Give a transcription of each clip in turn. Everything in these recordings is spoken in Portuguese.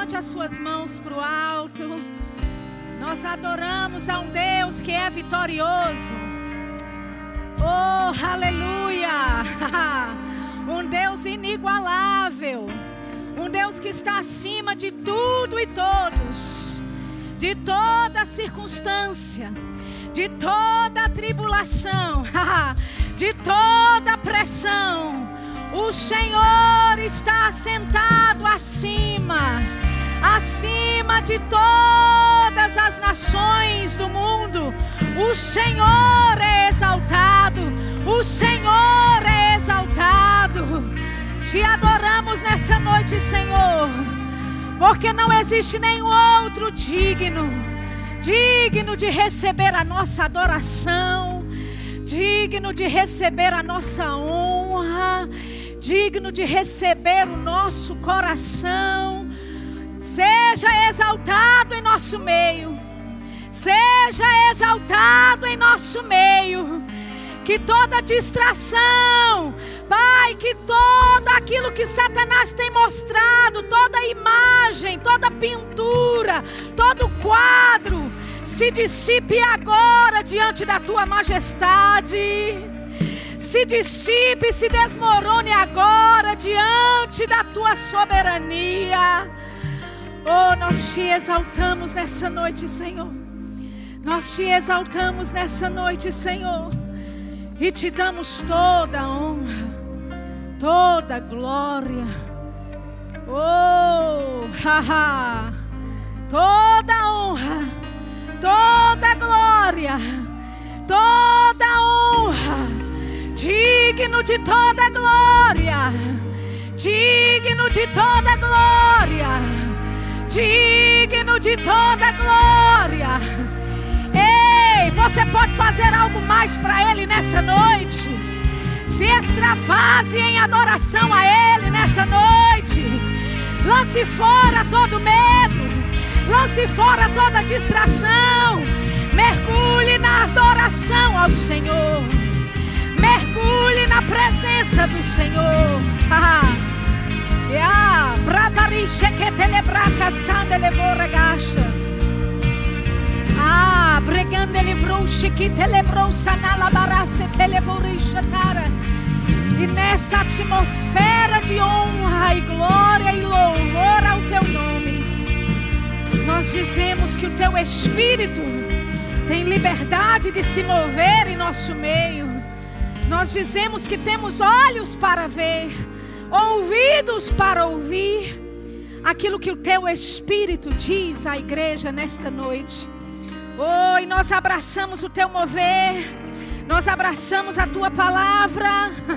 Levolte as suas mãos para o alto. Nós adoramos a um Deus que é vitorioso. Oh, aleluia! Um Deus inigualável. Um Deus que está acima de tudo e todos. De toda circunstância. De toda tribulação. De toda pressão. O Senhor está assentado acima de todas as nações do mundo. O Senhor é exaltado. O Senhor é exaltado. Te adoramos nessa noite, Senhor, porque não existe nenhum outro digno de receber a nossa adoração, digno de receber a nossa honra, digno de receber o nosso coração. Seja exaltado em nosso meio. Seja exaltado em nosso meio. Que toda distração, Pai, que todo aquilo que Satanás tem mostrado, toda imagem, toda pintura, todo quadro, se dissipe agora diante da Tua majestade. Se dissipe, se desmorone agora diante da Tua soberania. Oh, nós te exaltamos nessa noite, Senhor. Nós te exaltamos nessa noite, Senhor. E te damos toda a honra, toda a glória. Oh, haha. Toda a honra, toda a glória, toda a honra. Digno de toda a glória. Digno de toda a glória. Digno de toda a glória. Ei, você pode fazer algo mais para Ele nessa noite. Se extravase em adoração a Ele nessa noite. Lance fora todo medo. Lance fora toda distração. Mergulhe na adoração ao Senhor. Mergulhe na presença do Senhor. Bravariche que telebraca sande levora gacha. Bregando livrouche que telebrou sanala barace televoricha tara. E nessa atmosfera de honra e glória e louvor ao Teu nome, nós dizemos que o Teu Espírito tem liberdade de se mover em nosso meio. Nós dizemos que temos olhos para ver, ouvidos para ouvir aquilo que o Teu Espírito diz à igreja nesta noite. Oh, e nós abraçamos o Teu mover, nós abraçamos a Tua palavra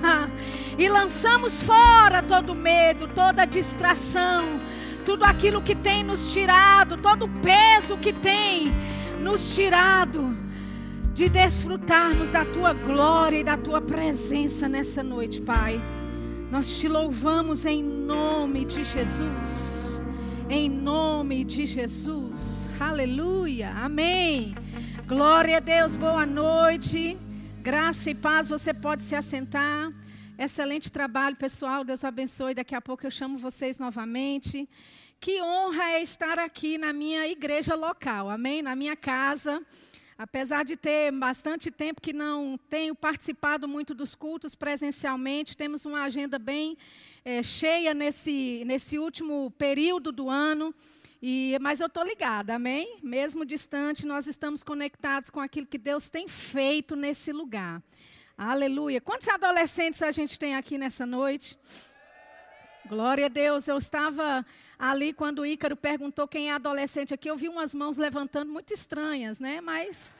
e lançamos fora todo medo, toda distração, tudo aquilo que tem nos tirado, todo o peso que tem nos tirado de desfrutarmos da Tua glória e da Tua presença nessa noite, Pai. Nós Te louvamos em nome de Jesus. Em nome de Jesus. Aleluia. Amém. Glória a Deus. Boa noite. Graça e paz. Você pode se assentar. Excelente trabalho, pessoal. Deus abençoe. Daqui a pouco eu chamo vocês novamente. Que honra é estar aqui na minha igreja local. Amém? Na minha casa. Apesar de ter bastante tempo que não tenho participado muito dos cultos presencialmente, temos uma agenda bem cheia nesse último período do ano, mas eu estou ligada, amém? Mesmo distante, nós estamos conectados com aquilo que Deus tem feito nesse lugar. Aleluia. Quantos adolescentes a gente tem aqui nessa noite? Glória a Deus. Eu estava ali quando o Ícaro perguntou quem é adolescente aqui. Eu vi umas mãos levantando muito estranhas, né? Mas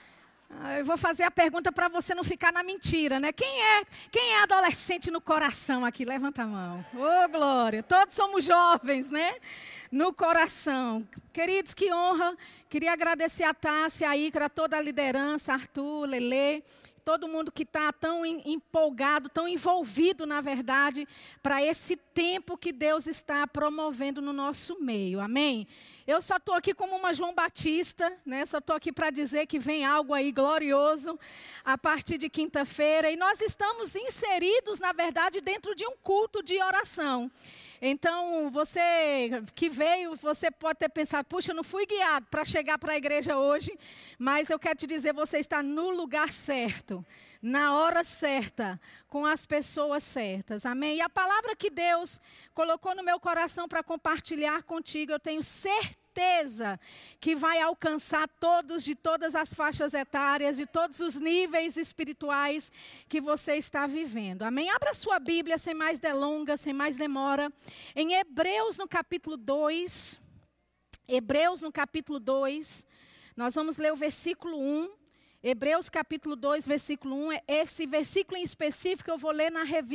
eu vou fazer a pergunta para você não ficar na mentira, né? Quem é adolescente no coração aqui? Levanta a mão. Oh, glória. Todos somos jovens, né? No coração. Queridos, que honra. Queria agradecer a Tássia, a Ícaro, a toda a liderança, Arthur, Lelê. Todo mundo que está tão empolgado, tão envolvido, na verdade, para esse tempo que Deus está promovendo no nosso meio. Amém? Eu só estou aqui como uma João Batista, né? Só estou aqui para dizer que vem algo aí glorioso a partir de quinta-feira. E nós estamos inseridos, na verdade, dentro de um culto de oração. Então, você que veio, você pode ter pensado, puxa, eu não fui guiado para chegar para a igreja hoje, mas eu quero te dizer, você está no lugar certo, na hora certa, com as pessoas certas, amém? E a palavra que Deus colocou no meu coração para compartilhar contigo, eu tenho certeza que vai alcançar todos, de todas as faixas etárias, de todos os níveis espirituais que você está vivendo, amém? Abra sua Bíblia, sem mais delongas, sem mais demora, em Hebreus no capítulo 2, Hebreus no capítulo 2, nós vamos ler o versículo 1, Hebreus capítulo 2, versículo 1, esse versículo em específico eu vou ler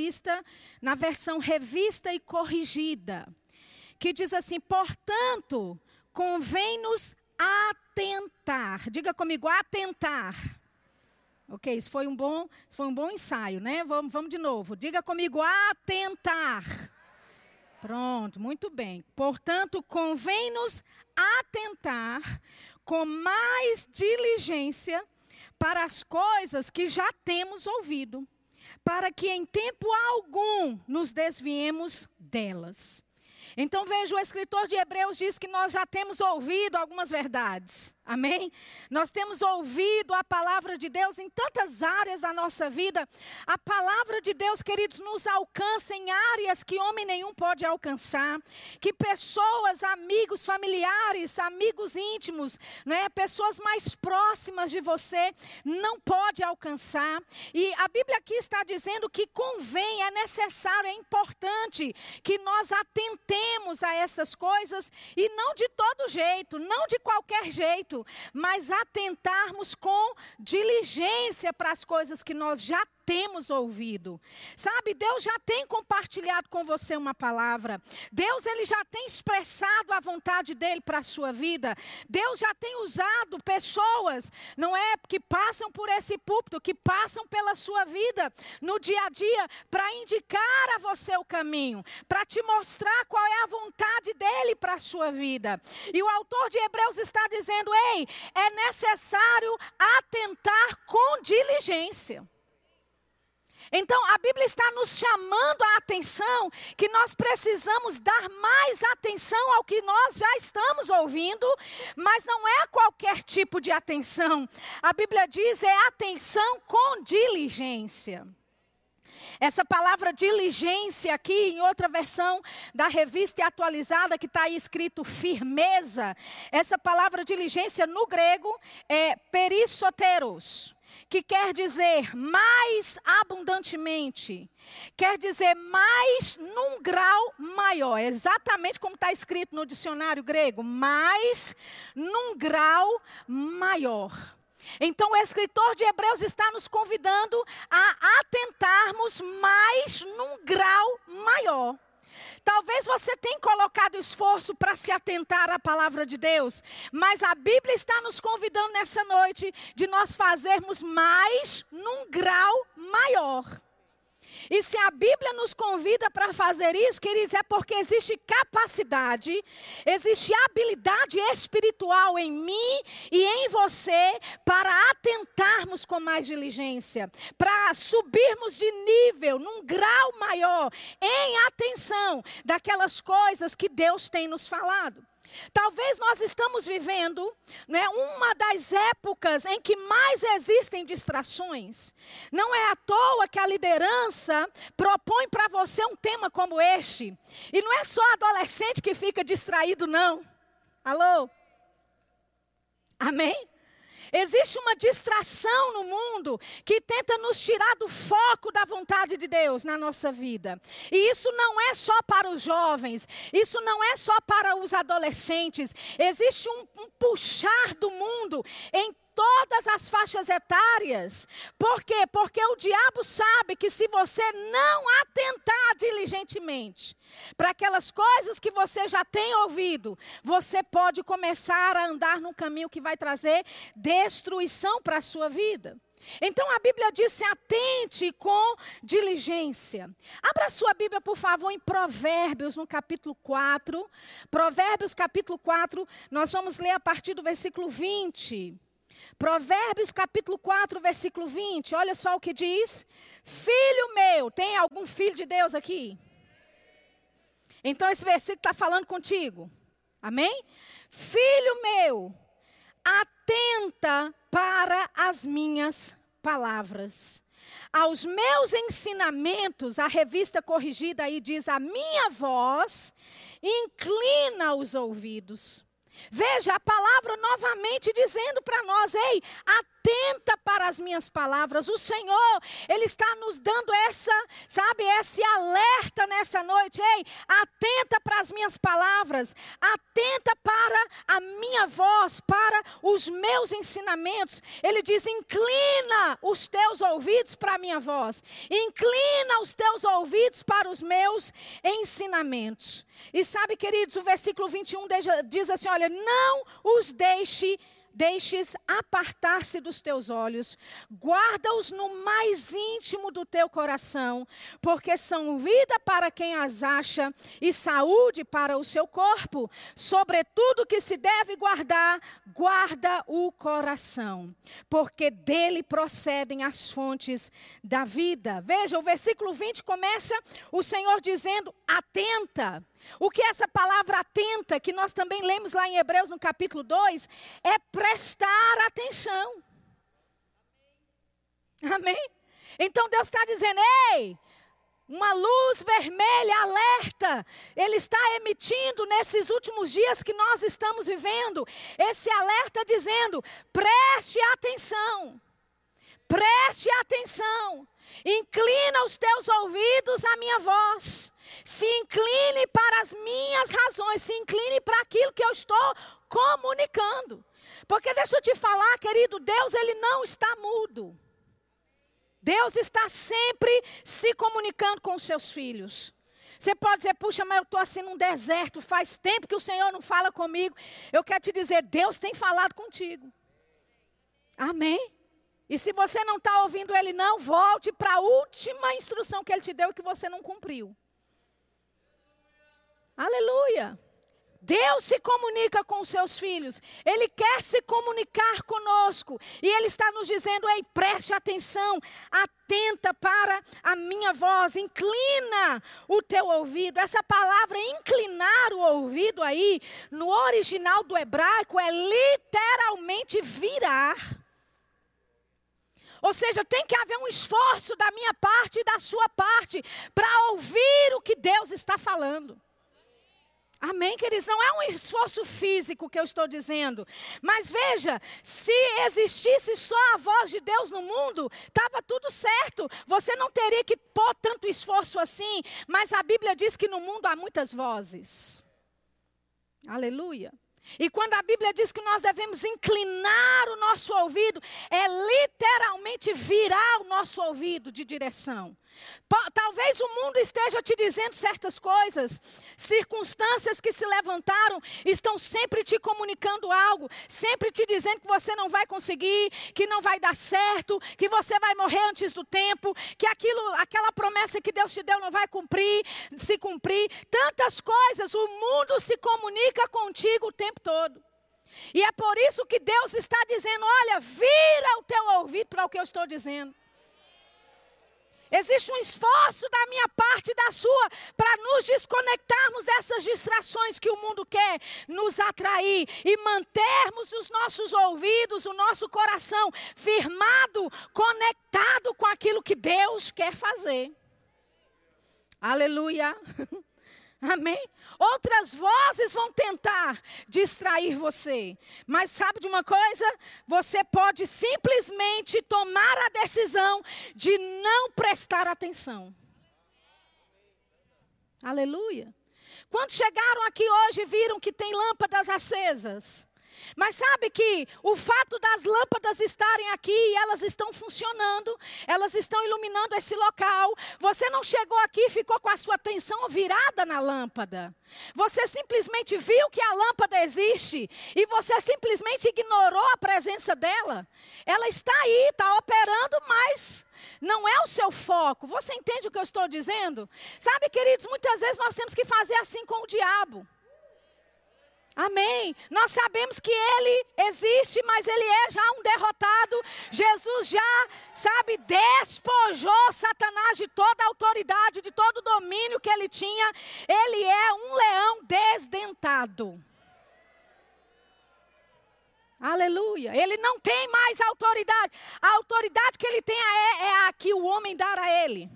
na versão revista e corrigida, que diz assim, portanto, convém-nos atentar, diga comigo, atentar. Ok, isso foi um bom ensaio, né? Vamos de novo, diga comigo, atentar. Pronto, muito bem. Portanto, convém-nos atentar com mais diligência para as coisas que já temos ouvido, para que em tempo algum nos desviemos delas. Então veja, o escritor de Hebreus diz que nós já temos ouvido algumas verdades, amém? Nós temos ouvido a palavra de Deus em tantas áreas da nossa vida. A palavra de Deus, queridos, nos alcança em áreas que homem nenhum pode alcançar, que pessoas, amigos, familiares, amigos íntimos, pessoas mais próximas de você não pode alcançar. E a Bíblia aqui está dizendo que convém, é necessário, é importante que nós atentemos a essas coisas e não de todo jeito, não de qualquer jeito, mas atentarmos com diligência para as coisas que nós já temos ouvido. Sabe, Deus já tem compartilhado com você uma palavra. Deus, ele já tem expressado a vontade dele para a sua vida. Deus já tem usado pessoas, não é, que passam por esse púlpito, que passam pela sua vida no dia a dia para indicar a você o caminho, para te mostrar qual é a vontade dele para a sua vida. E o autor de Hebreus está dizendo, ei, é necessário atentar com diligência. Então, a Bíblia está nos chamando a atenção que nós precisamos dar mais atenção ao que nós já estamos ouvindo, mas não é qualquer tipo de atenção. A Bíblia diz é atenção com diligência. Essa palavra diligência aqui, em outra versão da revista atualizada, que está aí escrito firmeza, essa palavra diligência no grego é perissoteros, que quer dizer mais abundantemente, quer dizer mais num grau maior, exatamente como está escrito no dicionário grego, mais num grau maior. Então o escritor de Hebreus está nos convidando a atentarmos mais num grau maior. Talvez você tenha colocado esforço para se atentar à palavra de Deus, mas a Bíblia está nos convidando nessa noite de nós fazermos mais num grau maior. E se a Bíblia nos convida para fazer isso, queridos, é porque existe capacidade, existe habilidade espiritual em mim e em você para atentarmos com mais diligência, para subirmos de nível, num grau maior, em atenção daquelas coisas que Deus tem nos falado. Talvez nós estamos vivendo uma das épocas em que mais existem distrações. Não é à toa que a liderança propõe para você um tema como este. E não é só adolescente que fica distraído, não. Alô? Amém? Existe uma distração no mundo que tenta nos tirar do foco da vontade de Deus na nossa vida. E isso não é só para os jovens, isso não é só para os adolescentes. Existe um puxar do mundo em todas as faixas etárias. Por quê? Porque o diabo sabe que se você não atentar diligentemente para aquelas coisas que você já tem ouvido, você pode começar a andar num caminho que vai trazer destruição para a sua vida. Então a Bíblia diz, se atente com diligência. Abra a sua Bíblia, por favor, em Provérbios, no capítulo 4. Provérbios, capítulo 4, nós vamos ler a partir do versículo 20. Provérbios capítulo 4, versículo 20, olha só o que diz. Filho meu, tem algum filho de Deus aqui? Então esse versículo está falando contigo. Amém? Filho meu, atenta para as minhas palavras. Aos meus ensinamentos, a revista corrigida aí diz, a minha voz inclina os ouvidos. Veja a palavra novamente dizendo para nós, ei, atenta para as minhas palavras. O Senhor, Ele está nos dando esse alerta nessa noite. Ei, atenta para as minhas palavras, atenta para a minha voz, para os meus ensinamentos. Ele diz, inclina os teus ouvidos para a minha voz, inclina os teus ouvidos para os meus ensinamentos. E sabe, queridos, o versículo 21 diz assim, olha, não os deixes apartar-se dos teus olhos, guarda-os no mais íntimo do teu coração, porque são vida para quem as acha e saúde para o seu corpo. Sobretudo que se deve guardar, guarda o coração, porque dele procedem as fontes da vida. Veja, o versículo 20 começa o Senhor dizendo, atenta. O que essa palavra atenta, que nós também lemos lá em Hebreus no capítulo 2, é prestar atenção. Amém? Então Deus está dizendo, ei, uma luz vermelha, alerta, Ele está emitindo nesses últimos dias que nós estamos vivendo, esse alerta dizendo, preste atenção, inclina os teus ouvidos à minha voz. Se incline para as minhas razões, se incline para aquilo que eu estou comunicando. Porque deixa eu te falar, querido, Deus, Ele não está mudo. Deus está sempre se comunicando com os seus filhos. Você pode dizer, puxa, mas eu estou assim num deserto, faz tempo que o Senhor não fala comigo. Eu quero te dizer, Deus tem falado contigo. Amém? E se você não está ouvindo Ele não, volte para a última instrução que Ele te deu e que você não cumpriu. Aleluia. Deus se comunica com os seus filhos. Ele quer se comunicar conosco. E Ele está nos dizendo, ei, preste atenção. Atenta para a minha voz. Inclina o teu ouvido. Essa palavra inclinar o ouvido aí, no original do hebraico, é literalmente virar. Ou seja, tem que haver um esforço da minha parte e da sua parte para ouvir o que Deus está falando. Amém, queridos? Não é um esforço físico que eu estou dizendo. Mas veja, se existisse só a voz de Deus no mundo, estava tudo certo. Você não teria que pôr tanto esforço assim. Mas a Bíblia diz que no mundo há muitas vozes. Aleluia. E quando a Bíblia diz que nós devemos inclinar o nosso ouvido, é literalmente virar o nosso ouvido de direção. Talvez o mundo esteja te dizendo certas coisas, circunstâncias que se levantaram, estão sempre te comunicando algo, sempre te dizendo que você não vai conseguir, que não vai dar certo, que você vai morrer antes do tempo, que aquela promessa que Deus te deu não vai se cumprir. Tantas coisas, o mundo se comunica contigo o tempo todo. E é por isso que Deus está dizendo, olha, vira o teu ouvido para o que eu estou dizendo. Existe um esforço da minha parte e da sua para nos desconectarmos dessas distrações que o mundo quer nos atrair e mantermos os nossos ouvidos, o nosso coração firmado, conectado com aquilo que Deus quer fazer. Aleluia. Amém? Outras vozes vão tentar distrair você. Mas sabe de uma coisa? Você pode simplesmente tomar a decisão de não prestar atenção. Aleluia. Quando chegaram aqui hoje, viram que tem lâmpadas acesas. Mas sabe que o fato das lâmpadas estarem aqui e elas estão funcionando, elas estão iluminando esse local. Você não chegou aqui e ficou com a sua atenção virada na lâmpada. Você simplesmente viu que a lâmpada existe e você simplesmente ignorou a presença dela. Ela está aí, está operando, mas não é o seu foco. Você entende o que eu estou dizendo? Sabe, queridos, muitas vezes nós temos que fazer assim com o diabo. Amém. Nós sabemos que ele existe, mas ele é já um derrotado. Jesus já, despojou Satanás de toda a autoridade, de todo o domínio que ele tinha. Ele é um leão desdentado. Aleluia. Ele não tem mais autoridade. A autoridade que ele tem é a que o homem dá a ele.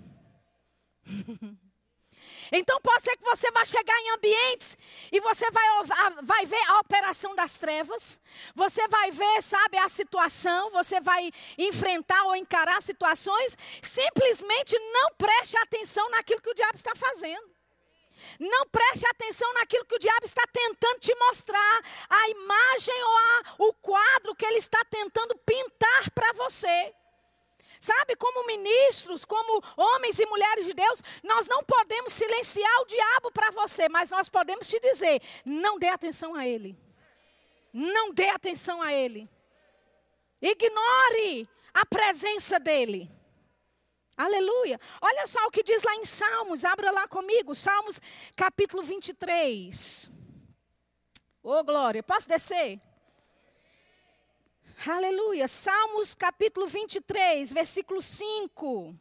Então pode ser que você vá chegar em ambientes e você vai ver a operação das trevas. Você vai ver, a situação. Você vai enfrentar ou encarar situações. Simplesmente não preste atenção naquilo que o diabo está fazendo. Não preste atenção naquilo que o diabo está tentando te mostrar. A imagem ou o quadro que ele está tentando pintar para você. Como ministros, como homens e mulheres de Deus, nós não podemos silenciar o diabo para você, mas nós podemos te dizer, não dê atenção a ele. Não dê atenção a ele. Ignore a presença dele. Aleluia. Olha só o que diz lá em Salmos, abra lá comigo, Salmos capítulo 23. Ô glória, posso descer? Aleluia. Salmos capítulo 23, versículo 5.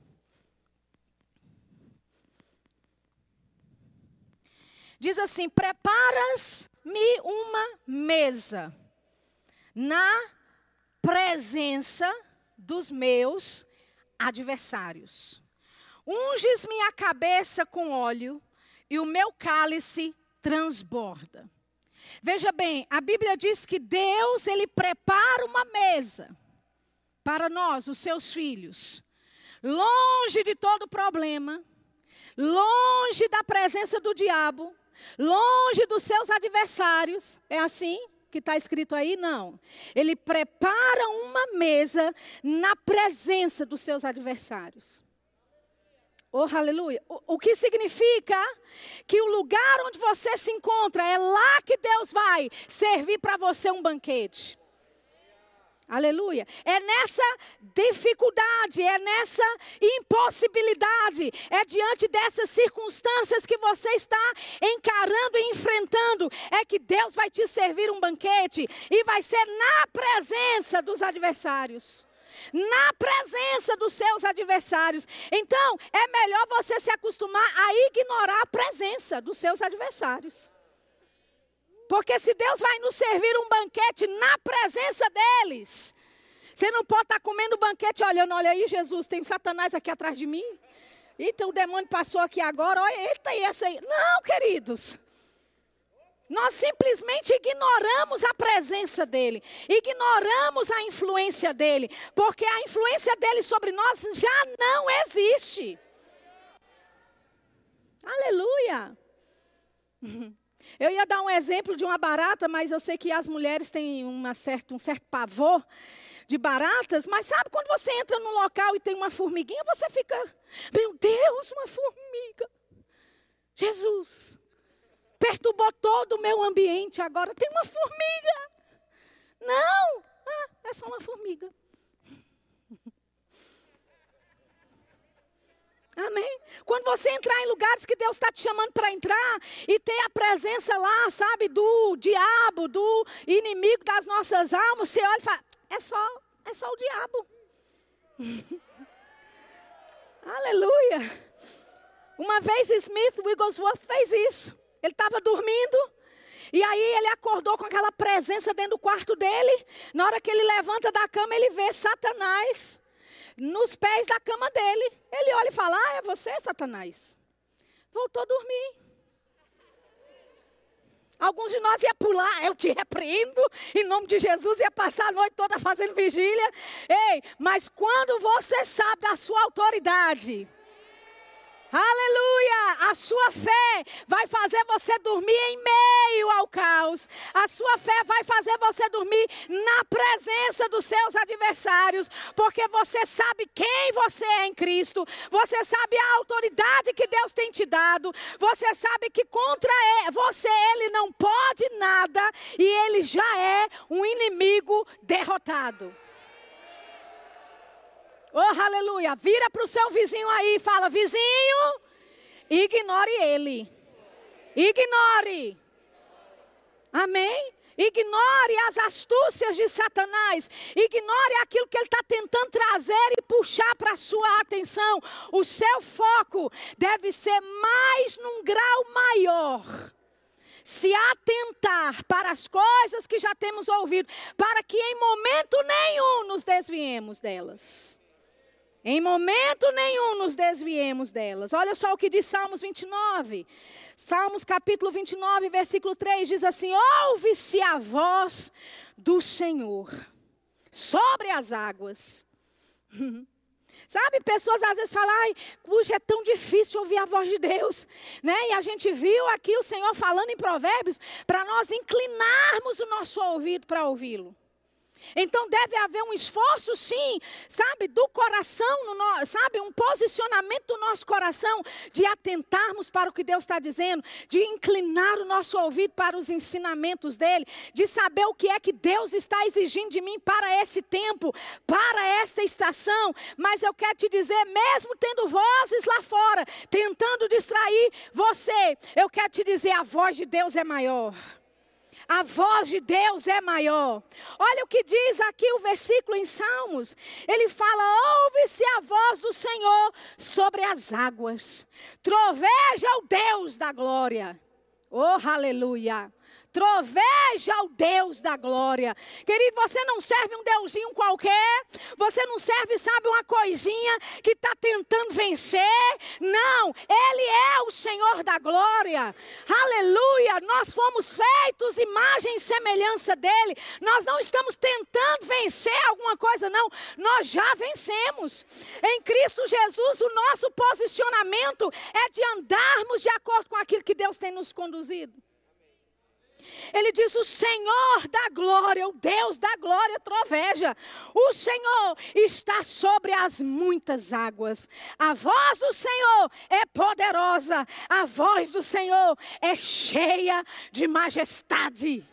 Diz assim: preparas-me uma mesa na presença dos meus adversários. Unges minha cabeça com óleo e o meu cálice transborda. Veja bem, a Bíblia diz que Deus, ele prepara uma mesa para nós, os seus filhos, longe de todo problema, longe da presença do diabo, longe dos seus adversários. É assim que está escrito aí? Não. Ele prepara uma mesa na presença dos seus adversários. Oh, aleluia. O que significa que o lugar onde você se encontra, é lá que Deus vai servir para você um banquete. Aleluia. É nessa dificuldade, é nessa impossibilidade, é diante dessas circunstâncias que você está encarando e enfrentando, é que Deus vai te servir um banquete e vai ser na presença dos adversários. Na presença dos seus adversários. Então, é melhor você se acostumar a ignorar a presença dos seus adversários. Porque se Deus vai nos servir um banquete na presença deles, você não pode estar comendo banquete olhando, olha aí Jesus, tem um Satanás aqui atrás de mim. Eita, o demônio passou aqui agora, olha, eita, e essa aí. Não, queridos. Nós simplesmente ignoramos a presença dele, ignoramos a influência dele, porque a influência dele sobre nós já não existe. Aleluia. Eu ia dar um exemplo de uma barata, mas eu sei que as mulheres têm um certo pavor de baratas, mas sabe quando você entra num local e tem uma formiguinha, você fica, meu Deus, uma formiga. Jesus. Perturbou todo o meu ambiente, agora tem uma formiga. Não, é só uma formiga. Amém? Quando você entrar em lugares que Deus está te chamando para entrar e ter a presença lá, do diabo, do inimigo das nossas almas, você olha e fala, é só o diabo. Aleluia. Uma vez Smith Wigglesworth fez isso. Ele estava dormindo, e aí ele acordou com aquela presença dentro do quarto dele. Na hora que ele levanta da cama, ele vê Satanás nos pés da cama dele. Ele olha e fala, é você, Satanás? Voltou a dormir. Alguns de nós ia pular, eu te repreendo, em nome de Jesus, ia passar a noite toda fazendo vigília. Ei, mas quando você sabe da sua autoridade... Aleluia! A sua fé vai fazer você dormir em meio ao caos. A sua fé vai fazer você dormir na presença dos seus adversários. Porque você sabe quem você é em Cristo. Você sabe a autoridade que Deus tem te dado. Você sabe que contra você ele não pode nada. E ele já é um inimigo derrotado. Oh, aleluia. Vira para o seu vizinho aí e fala, vizinho, ignore ele. Ignore. Amém? Ignore as astúcias de Satanás. Ignore aquilo que ele está tentando trazer e puxar para a sua atenção. O seu foco deve ser mais num grau maior. Se atentar para as coisas que já temos ouvido, para que em momento nenhum nos desviemos delas. Em momento nenhum nos desviemos delas. Olha só o que diz Salmos 29. Salmos capítulo 29, versículo 3 diz assim: ouve-se a voz do Senhor sobre as águas. Sabe, pessoas às vezes falam: ai, puxa, é tão difícil ouvir a voz de Deus, né? E a gente viu aqui o Senhor falando em Provérbios para nós inclinarmos o nosso ouvido para ouvi-lo. Então deve haver um esforço, sim, sabe, do coração, sabe, um posicionamento do nosso coração de atentarmos para o que Deus está dizendo, de inclinar o nosso ouvido para os ensinamentos dele, de saber o que é que Deus está exigindo de mim para esse tempo, para esta estação. Mas eu quero te dizer, mesmo tendo vozes lá fora, tentando distrair você, eu quero te dizer, a voz de Deus é maior. A voz de Deus é maior. Olha o que diz aqui o versículo em Salmos. Ele fala: ouve-se a voz do Senhor sobre as águas. Troveja o Deus da glória. Oh, aleluia. Troveja ao Deus da glória. Querido, você não serve um deusinho qualquer. Você não serve, sabe, uma coisinha que está tentando vencer. Não, Ele é o Senhor da glória. Aleluia, nós fomos feitos imagem e semelhança dEle. Nós não estamos tentando vencer alguma coisa, não. Nós já vencemos. Em Cristo Jesus, o nosso posicionamento é de andarmos de acordo com aquilo que Deus tem nos conduzido. Ele diz: o Senhor da glória, o Deus da glória troveja. O Senhor está sobre as muitas águas. A voz do Senhor é poderosa. A voz do Senhor é cheia de majestade.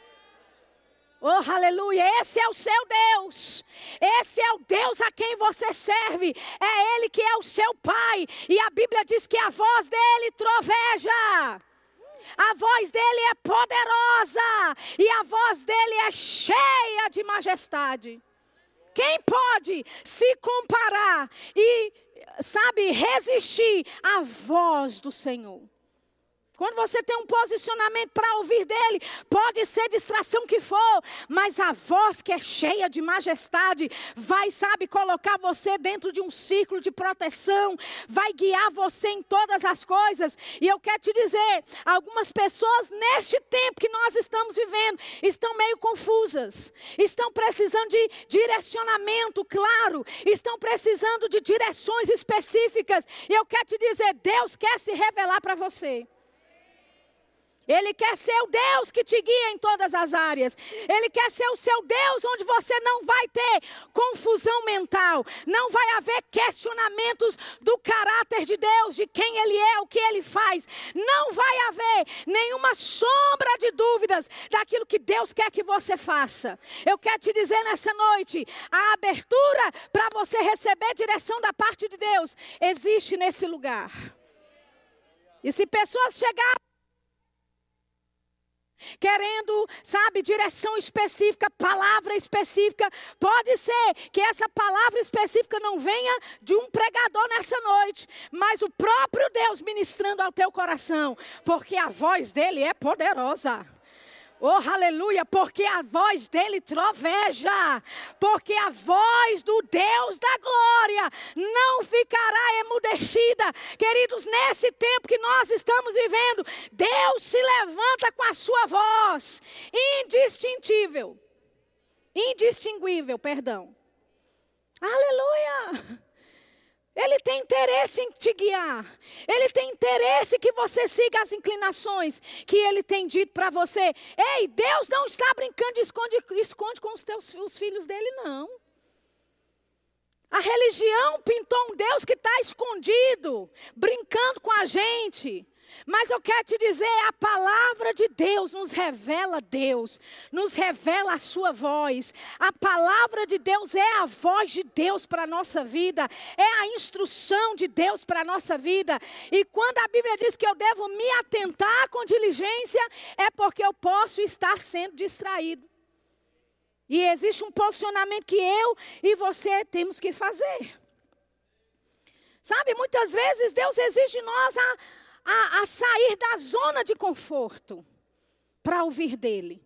Oh, aleluia, esse é o seu Deus. Esse é o Deus a quem você serve. É Ele que é o seu Pai. E a Bíblia diz que a voz dele troveja. A voz dele é poderosa e a voz dele é cheia de majestade. Quem pode se comparar e, sabe, resistir à voz do Senhor? Quando você tem um posicionamento para ouvir dele, pode ser distração que for, mas a voz que é cheia de majestade vai, sabe, colocar você dentro de um círculo de proteção, vai guiar você em todas as coisas. E eu quero te dizer, algumas pessoas neste tempo que nós estamos vivendo, estão meio confusas, estão precisando de direcionamento claro, estão precisando de direções específicas. E eu quero te dizer, Deus quer se revelar para você. Ele quer ser o Deus que te guia em todas as áreas. Ele quer ser o seu Deus onde você não vai ter confusão mental. Não vai haver questionamentos do caráter de Deus, de quem Ele é, o que Ele faz. Não vai haver nenhuma sombra de dúvidas daquilo que Deus quer que você faça. Eu quero te dizer nessa noite, a abertura para você receber direção da parte de Deus existe nesse lugar. E se pessoas chegarem querendo, sabe, direção específica, palavra específica, pode ser que essa palavra específica não venha de um pregador nessa noite, mas o próprio Deus ministrando ao teu coração, porque a voz dele é poderosa. Oh, aleluia, porque a voz dele troveja, porque a voz do Deus da glória não ficará emudecida. Queridos, nesse tempo que nós estamos vivendo, Deus se levanta com a sua voz, indistinguível, perdão. Aleluia. Ele tem interesse em te guiar. Ele tem interesse que você siga as inclinações que Ele tem dito para você. Ei, Deus não está brincando de esconde com os filhos dele, não. A religião pintou um Deus que está escondido, brincando com a gente. Mas eu quero te dizer, a palavra de Deus nos revela Deus, nos revela a sua voz. A palavra de Deus é a voz de Deus para a nossa vida, é a instrução de Deus para a nossa vida. E quando a Bíblia diz que eu devo me atentar com diligência, é porque eu posso estar sendo distraído. E existe um posicionamento que eu e você temos que fazer. Sabe, muitas vezes Deus exige de nós a sair da zona de conforto para ouvir dEle.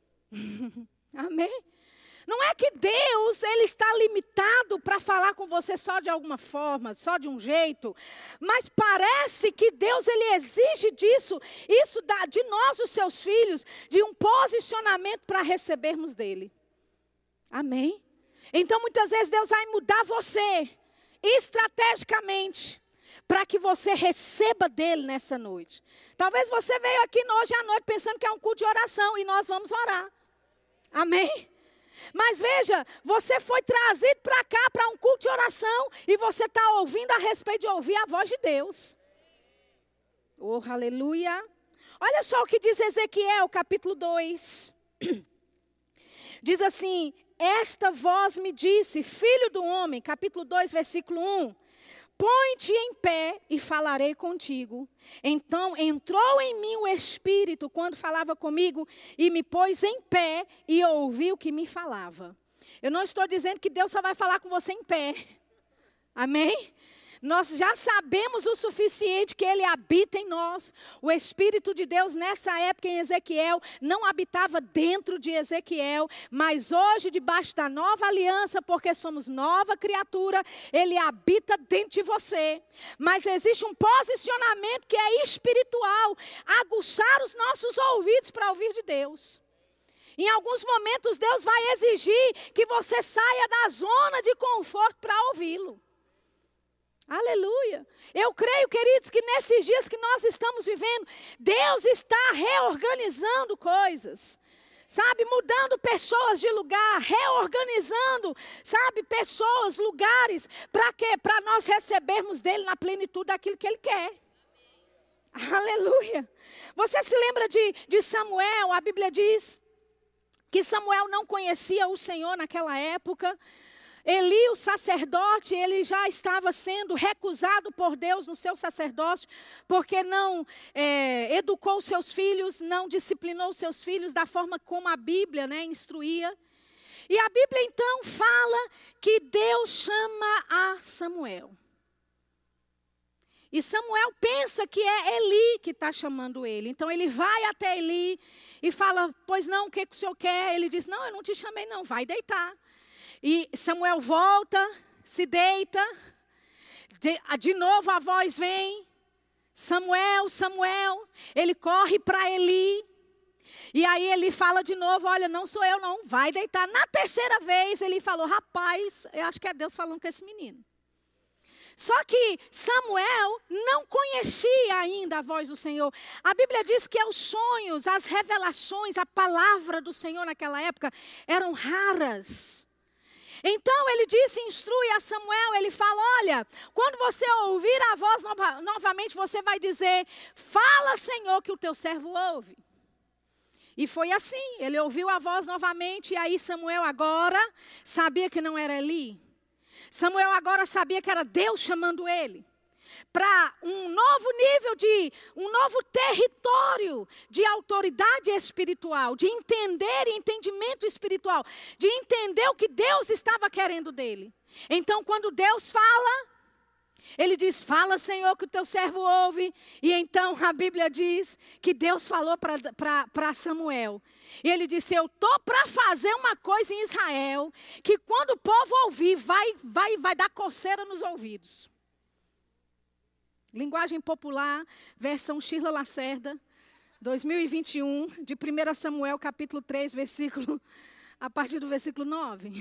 Amém? Não é que Deus ele está limitado para falar com você só de alguma forma, só de um jeito. Mas parece que Deus ele exige isso de nós, os seus filhos, de um posicionamento para recebermos dEle. Amém? Então muitas vezes Deus vai mudar você estrategicamente para que você receba dEle nessa noite. Talvez você veio aqui hoje à noite pensando que é um culto de oração e nós vamos orar. Amém? Mas veja, você foi trazido para cá para um culto de oração e você está ouvindo a respeito de ouvir a voz de Deus. Oh, aleluia. Olha só o que diz Ezequiel, capítulo 2. Diz assim: esta voz me disse, filho do homem, capítulo 2, versículo 1. Põe-te em pé e falarei contigo. Então entrou em mim o Espírito quando falava comigo e me pôs em pé e ouvi o que me falava. Eu não estou dizendo que Deus só vai falar com você em pé. Amém? Nós já sabemos o suficiente que Ele habita em nós. O Espírito de Deus nessa época em Ezequiel não habitava dentro de Ezequiel, mas hoje debaixo da nova aliança, porque somos nova criatura, Ele habita dentro de você. Mas existe um posicionamento que é espiritual, aguçar os nossos ouvidos para ouvir de Deus. Em alguns momentos Deus vai exigir que você saia da zona de conforto para ouvi-lo. Aleluia. Eu creio, queridos, que nesses dias que nós estamos vivendo, Deus está reorganizando coisas. Sabe, mudando pessoas de lugar, reorganizando, sabe, pessoas, lugares, para quê? Para nós recebermos dele na plenitude daquilo que ele quer. Aleluia. Você se lembra de Samuel? A Bíblia diz que Samuel não conhecia o Senhor naquela época. Eli, o sacerdote, ele já estava sendo recusado por Deus no seu sacerdócio, porque não educou seus filhos, não disciplinou seus filhos da forma como a Bíblia, instruía. E a Bíblia então fala que Deus chama a Samuel. E Samuel pensa que é Eli que está chamando ele. Então ele vai até Eli e fala, pois não, o que o senhor quer? Ele diz, não, eu não te chamei não, vai deitar. E Samuel volta, se deita, de novo a voz vem, Samuel, Samuel, ele corre para Eli, e aí ele fala de novo, olha, não sou eu não, vai deitar. Na terceira vez ele falou, rapaz, eu acho que é Deus falando com esse menino. Só que Samuel não conhecia ainda a voz do Senhor. A Bíblia diz que os sonhos, as revelações, a palavra do Senhor naquela época eram raras. Então ele disse, instrui a Samuel, ele fala, olha, quando você ouvir a voz novamente, você vai dizer, fala Senhor que o teu servo ouve. E foi assim, ele ouviu a voz novamente, e aí Samuel agora sabia que não era Eli. Samuel agora sabia que era Deus chamando ele para um novo nível um novo território de autoridade espiritual, de entender e entendimento espiritual, de entender o que Deus estava querendo dele. Então, quando Deus fala, ele diz, fala Senhor que o teu servo ouve. E então a Bíblia diz que Deus falou para Samuel. E ele disse, eu estou para fazer uma coisa em Israel, que quando o povo ouvir, vai dar coceira nos ouvidos. Linguagem popular, versão Shirla Lacerda, 2021, de 1 Samuel, capítulo 3, a partir do versículo 9.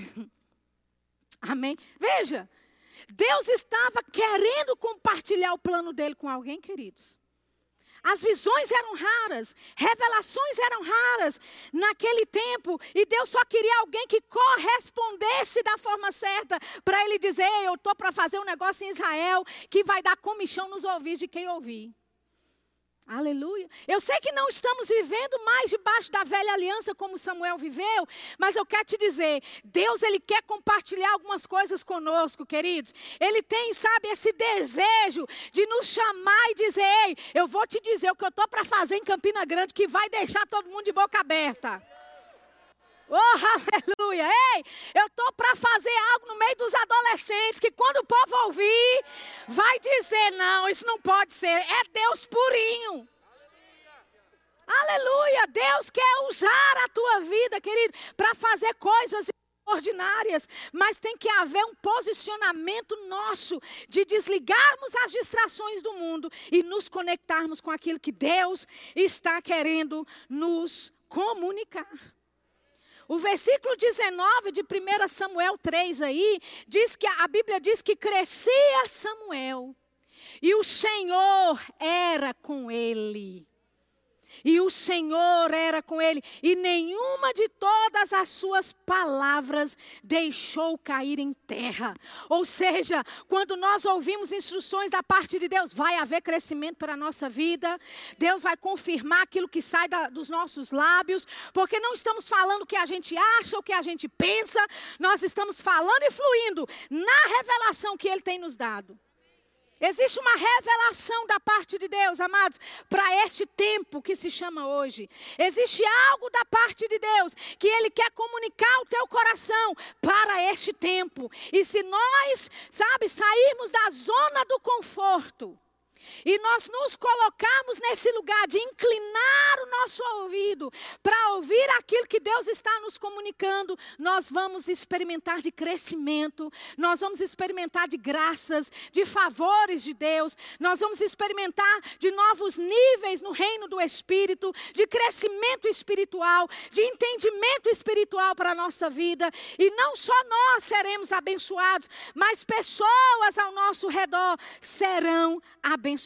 Amém? Veja, Deus estava querendo compartilhar o plano dele com alguém, queridos. As visões eram raras, revelações eram raras naquele tempo. E Deus só queria alguém que correspondesse da forma certa para ele dizer, eu estou para fazer um negócio em Israel que vai dar comichão nos ouvidos de quem ouvir. Aleluia. Eu sei que não estamos vivendo mais debaixo da velha aliança como Samuel viveu, mas eu quero te dizer, Deus ele quer compartilhar algumas coisas conosco, queridos. Ele tem, sabe, esse desejo de nos chamar e dizer, ei, eu vou te dizer o que eu estou para fazer em Campina Grande que vai deixar todo mundo de boca aberta. Oh, aleluia. Ei, eu estou para fazer algo no meio dos adolescentes que quando o povo ouvir, vai dizer, não, isso não pode ser. É Deus purinho. Aleluia. Deus quer usar a tua vida, querido, para fazer coisas ordinárias, mas tem que haver um posicionamento nosso de desligarmos as distrações do mundo e nos conectarmos com aquilo que Deus está querendo nos comunicar. O versículo 19 de 1 Samuel 3 aí, diz que a Bíblia diz que crescia Samuel e o Senhor era com ele. E o Senhor era com ele, e nenhuma de todas as suas palavras deixou cair em terra. Ou seja, quando nós ouvimos instruções da parte de Deus, vai haver crescimento para a nossa vida. Deus vai confirmar aquilo que sai dos nossos lábios, porque não estamos falando o que a gente acha, o que a gente pensa. Nós estamos falando e fluindo na revelação que Ele tem nos dado. Existe uma revelação da parte de Deus, amados, para este tempo que se chama hoje. Existe algo da parte de Deus que Ele quer comunicar ao teu coração para este tempo. E se nós, sairmos da zona do conforto e nós nos colocarmos nesse lugar de inclinar o nosso ouvido para ouvir aquilo que Deus está nos comunicando, nós vamos experimentar de crescimento, nós vamos experimentar de graças, de favores de Deus, nós vamos experimentar de novos níveis no reino do Espírito, de crescimento espiritual, de entendimento espiritual para a nossa vida. E não só nós seremos abençoados, mas pessoas ao nosso redor serão abençoadas.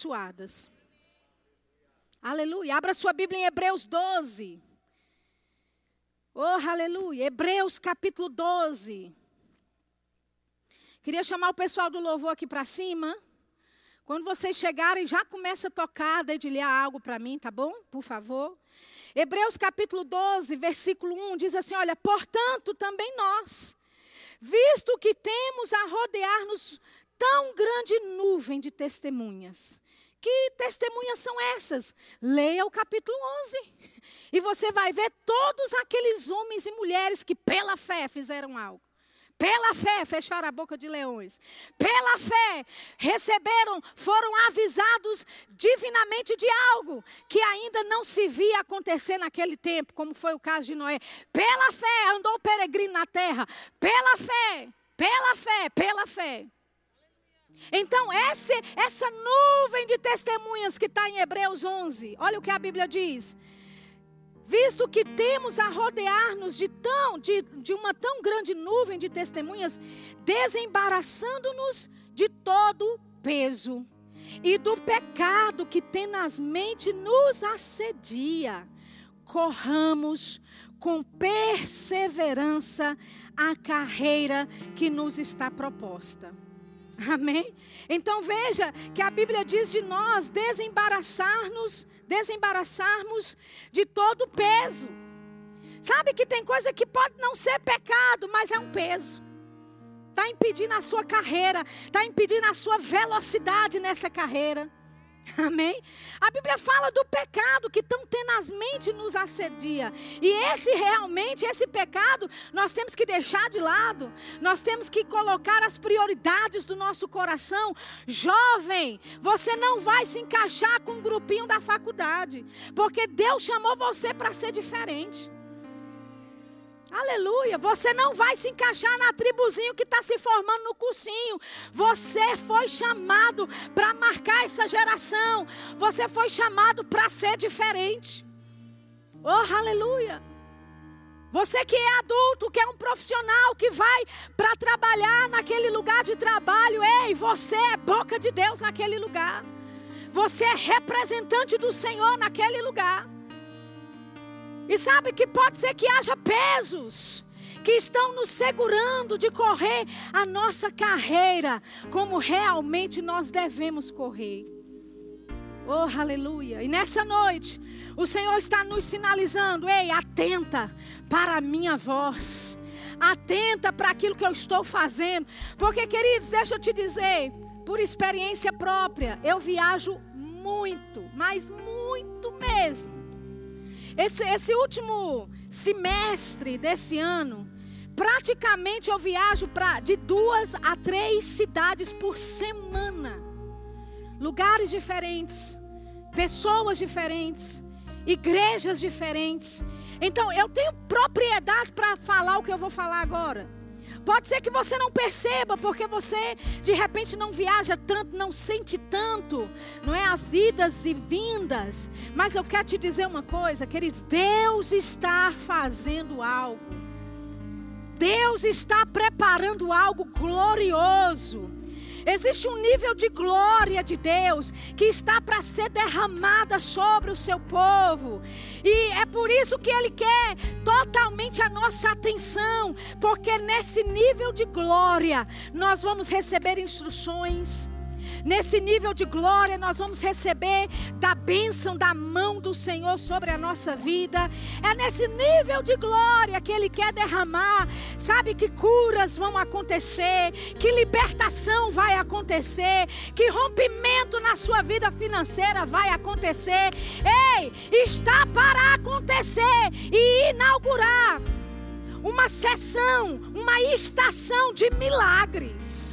Aleluia. Abra sua Bíblia em Hebreus 12. Oh, aleluia. Hebreus capítulo 12. Queria chamar o pessoal do louvor aqui para cima. Quando vocês chegarem, já começa a tocar, dedilhar algo para mim, tá bom? Por favor. Hebreus capítulo 12, versículo 1, diz assim, olha, portanto também nós, visto que temos a rodear-nos tão grande nuvem de testemunhas. Que testemunhas são essas? Leia o capítulo 11. E você vai ver todos aqueles homens e mulheres que pela fé fizeram algo. Pela fé fecharam a boca de leões. Pela fé foram avisados divinamente de algo que ainda não se via acontecer naquele tempo, como foi o caso de Noé. Pela fé andou peregrino na terra. Pela fé, pela fé, pela fé. Então essa nuvem de testemunhas que está em Hebreus 11, olha o que a Bíblia diz. Visto que temos a rodear-nos de uma tão grande nuvem de testemunhas, desembaraçando-nos de todo peso e do pecado que tenazmente nos assedia, corramos com perseverança a carreira que nos está proposta. Amém? Então veja que a Bíblia diz de nós desembaraçarmos de todo peso. Sabe que tem coisa que pode não ser pecado, mas é um peso. Está impedindo a sua carreira, está impedindo a sua velocidade nessa carreira. Amém? A Bíblia fala do pecado que tão tenazmente nos assedia. E esse pecado, nós temos que deixar de lado. Nós temos que colocar as prioridades do nosso coração. Jovem, você não vai se encaixar com um grupinho da faculdade, porque Deus chamou você para ser diferente. Aleluia, você não vai se encaixar na tribuzinho que está se formando no cursinho. Você foi chamado para marcar essa geração. Você foi chamado para ser diferente. Oh, aleluia. Você que é adulto, que é um profissional, que vai para trabalhar naquele lugar de trabalho. Ei, você é boca de Deus naquele lugar. Você é representante do Senhor naquele lugar. E sabe que pode ser que haja pesos que estão nos segurando de correr a nossa carreira como realmente nós devemos correr. Oh, aleluia. E nessa noite, o Senhor está nos sinalizando, ei, atenta para a minha voz. Atenta para aquilo que eu estou fazendo. Porque, queridos, deixa eu te dizer, por experiência própria, eu viajo muito, mas muito mesmo. Esse último semestre desse ano, praticamente eu viajo de 2 a 3 cidades por semana. Lugares diferentes, pessoas diferentes, igrejas diferentes. Então eu tenho propriedade para falar o que eu vou falar agora. Pode ser que você não perceba, porque você de repente não viaja tanto, não sente tanto, não é, as idas e vindas. Mas eu quero te dizer uma coisa, queridos, Deus está fazendo algo. Deus está preparando algo glorioso. Existe um nível de glória de Deus que está para ser derramada sobre o seu povo. E é por isso que Ele quer totalmente a nossa atenção. Porque nesse nível de glória nós vamos receber instruções. Nesse nível de glória nós vamos receber da bênção da mão do Senhor sobre a nossa vida. É nesse nível de glória que Ele quer derramar. Sabe, que curas vão acontecer, que libertação vai acontecer, que rompimento na sua vida financeira vai acontecer. Ei, está para acontecer e inaugurar uma sessão, uma estação de milagres.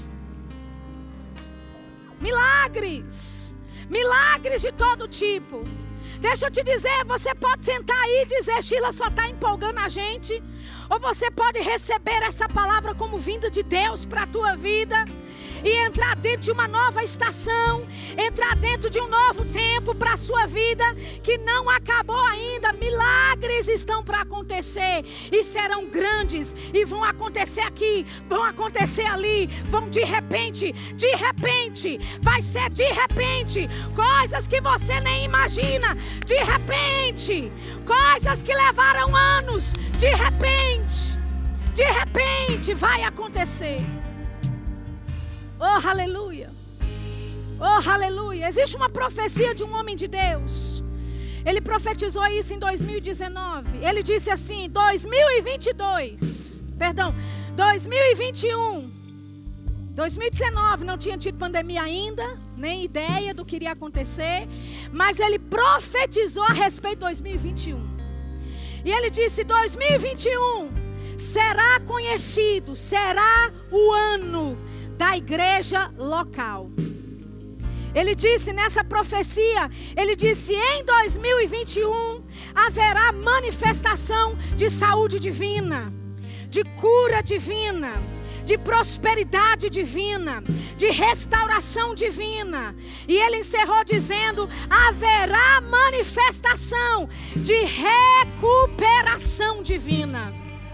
Milagres, milagres de todo tipo. Deixa eu te dizer, você pode sentar aí e dizer: Sheila, só está empolgando a gente. Ou você pode receber essa palavra como vinda de Deus para a tua vida e entrar dentro de uma nova estação, entrar dentro de um novo tempo para a sua vida, que não acabou ainda. Milagres estão para acontecer e serão grandes, e vão acontecer aqui, vão acontecer ali, vão de repente, vai ser de repente, coisas que você nem imagina, de repente, coisas que levaram anos, de repente vai acontecer. Oh, aleluia. Oh, aleluia. Existe uma profecia de um homem de Deus. Ele profetizou isso em 2019. Ele disse assim: 2021. 2019 não tinha tido pandemia ainda, nem ideia do que iria acontecer. Mas ele profetizou a respeito de 2021. E ele disse: 2021 será conhecido, será o ano da igreja local. Ele disse nessa profecia, ele disse: em 2021 haverá manifestação de saúde divina, de cura divina, de prosperidade divina, de restauração divina. E ele encerrou dizendo: haverá manifestação de recuperação divina.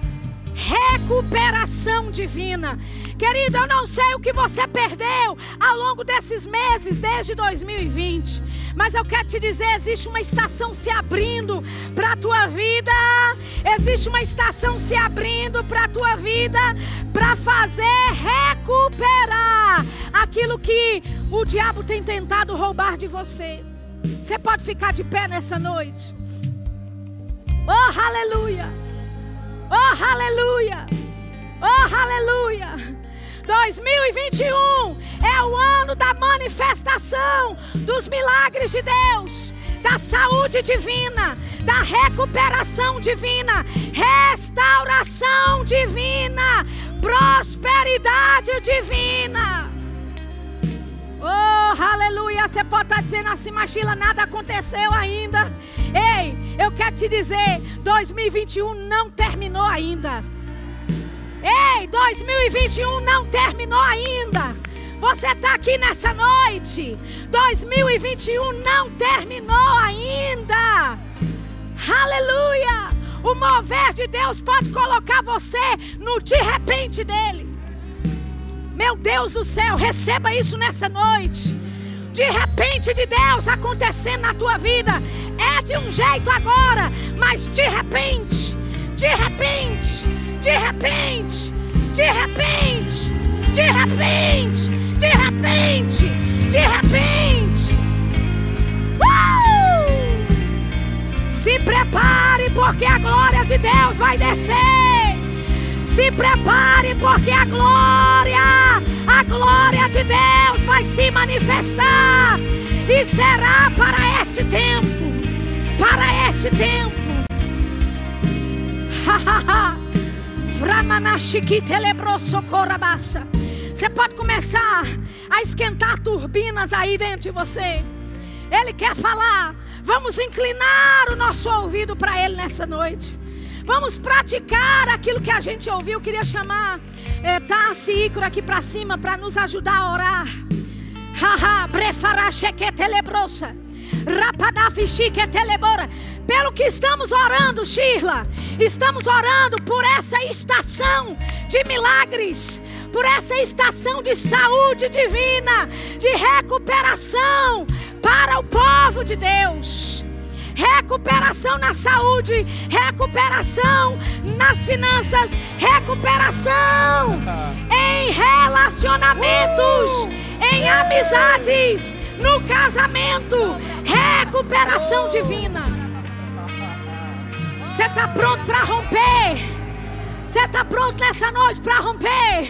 Recuperação divina. Querido, eu não sei o que você perdeu ao longo desses meses, desde 2020. Mas eu quero te dizer, existe uma estação se abrindo para a tua vida. Existe uma estação se abrindo para a tua vida, para fazer recuperar aquilo que o diabo tem tentado roubar de você. Você pode ficar de pé nessa noite? Oh, aleluia! Oh, aleluia! Oh, aleluia! 2021 é o ano da manifestação dos milagres de Deus, da saúde divina, da recuperação divina, restauração divina, prosperidade divina. Oh, aleluia! Você pode estar dizendo assim: mas Sheila, nada aconteceu ainda. Ei, eu quero te dizer, 2021 não terminou ainda. Ei, 2021 não terminou ainda. Você está aqui nessa noite. 2021 não terminou ainda. Aleluia! O mover de Deus pode colocar você no de repente dele. Meu Deus do céu, receba isso nessa noite. De repente de Deus acontecendo na tua vida. É de um jeito agora, mas de repente, de repente, de repente, de repente, de repente, de repente, de repente. Se prepare, porque a glória de Deus vai descer. Se prepare, porque a glória de Deus vai se manifestar. E será para este tempo, para este tempo. Você pode começar a esquentar turbinas aí dentro de você. Ele quer falar. Vamos inclinar o nosso ouvido para Ele nessa noite. Vamos praticar aquilo que a gente ouviu. Eu queria chamar Tassi e Ícaro aqui para cima para nos ajudar a orar. Pelo que estamos orando, Shirla, estamos orando por essa estação de milagres, por essa estação de saúde divina, de recuperação para o povo de Deus. Recuperação na saúde, recuperação nas finanças, recuperação em relacionamentos, em amizades, no casamento, recuperação divina. Você está pronto para romper? Você está pronto nessa noite para romper?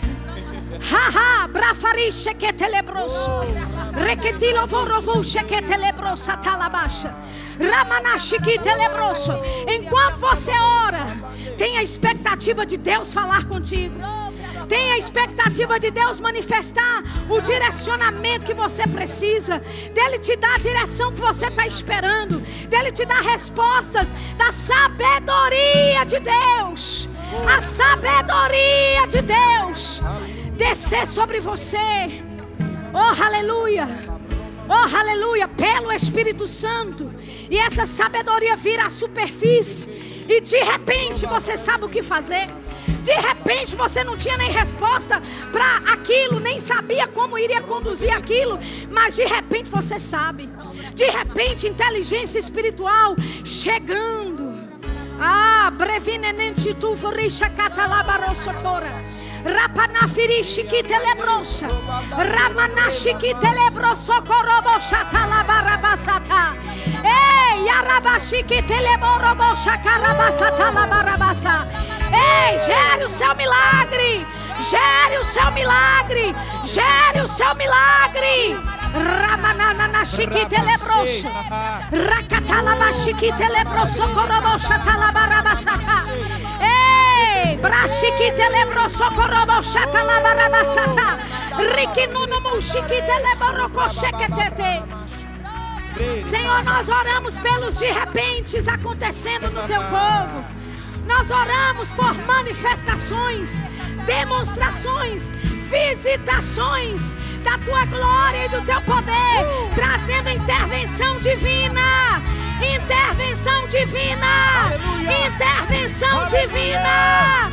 Brafariche que telebroso, requetilo vorovuche que telebrosa talabaixa, ramanashi que telebroso. Enquanto você ora, tem a expectativa de Deus falar contigo. Tem a expectativa de Deus manifestar o direcionamento que você precisa, dele te dar a direção que você está esperando, dele te dar respostas da sabedoria de Deus. A sabedoria de Deus descer sobre você. Oh, aleluia. Oh, aleluia. Pelo Espírito Santo. E essa sabedoria vira à superfície. E de repente você sabe o que fazer. De repente você não tinha nem resposta para aquilo, nem sabia como iria conduzir aquilo, mas de repente você sabe. De repente inteligência espiritual chegando. Brevinenente tu forisha catalabarosotora. Rapanafirishi que telebrosa. Ramanashi que telebroso corobosha talabarabasata. Ei, arabashi que teleborobosha carabasata labarabasa. Ei, gere o seu milagre. Gere o seu milagre. Gere o seu milagre. Ramanana chiquite lebroso. Rakatalaba chiquite lebroso corobosha talabarabasata. Ei, brachiquite lebroso corobosha talabarabasata. Rikinunumu chiquite leborocochequetete. Senhor, nós oramos pelos de repentes acontecendo no teu povo. Nós oramos por manifestações, demonstrações, visitações da tua glória e do teu poder, trazendo intervenção divina, intervenção divina, intervenção divina,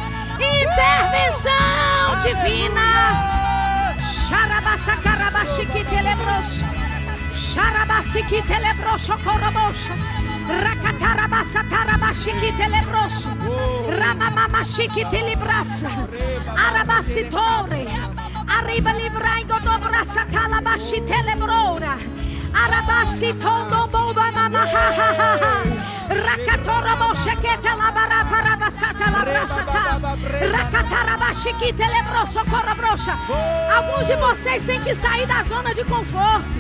intervenção divina. Xarabassa carabaxique telebroso, xarabasique telebroso corobosha. Rakatarabasa tarabaxiki telebroso. Ramamamaxiki telebrasa. Arabasitore. Arriba librango dobrasa talabaxi telebrora. Arabasitondo boba mamahahaha. Rakatoraboshequeta labara parabasata labrasata. Rakatarabaxiki telebroso corobroxa. Alguns de vocês têm que sair da zona de conforto.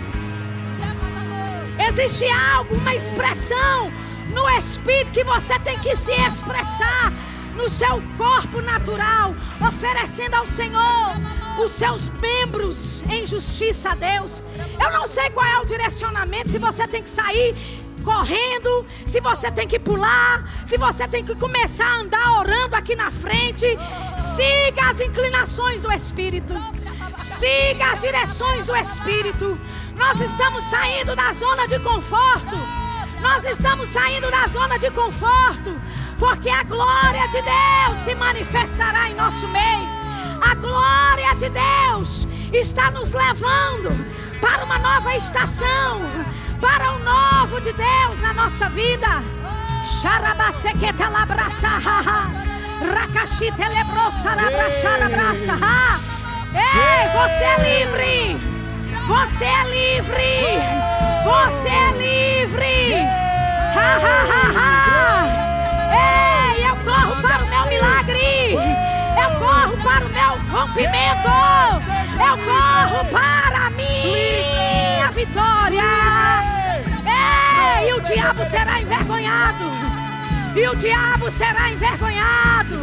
Existe algo, uma expressão no Espírito que você tem que se expressar no seu corpo natural, oferecendo ao Senhor os seus membros em justiça a Deus. Eu não sei qual é o direcionamento, se você tem que sair correndo, se você tem que pular, se você tem que começar a andar orando aqui na frente. Siga as inclinações do Espírito. Siga as direções do Espírito. Nós estamos saindo da zona de conforto. Nós estamos saindo da zona de conforto, porque a glória de Deus se manifestará em nosso meio. A glória de Deus está nos levando para uma nova estação, para o novo de Deus na nossa vida. Xarabasequeta labraça, racaxi telebrosa, labraxa, ei, você é livre. Você é livre. Você é livre. Ei, eu corro para o meu milagre. Eu corro para o meu rompimento. Eu corro para a minha vitória. Ei, o diabo será envergonhado. E o diabo será envergonhado.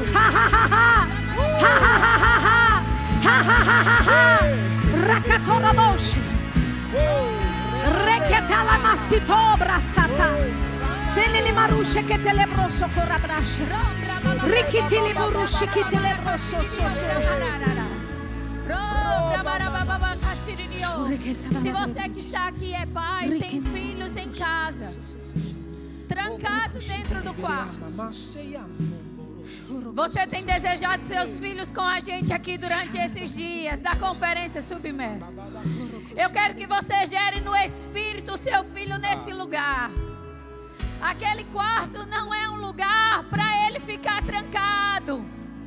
Rakatoroboshi. Reketalamasitobra sata. Senili marushe que telebroso corabrasha. Rikitili burushi que telebroso Se você que está aqui é pai, tem filhos em casa, trancado dentro do quarto, você tem desejado seus filhos com a gente aqui durante esses dias da conferência Submersos. Eu quero que você gere no Espírito o seu filho nesse lugar. Aquele quarto não é um lugar para ele ficar trancado.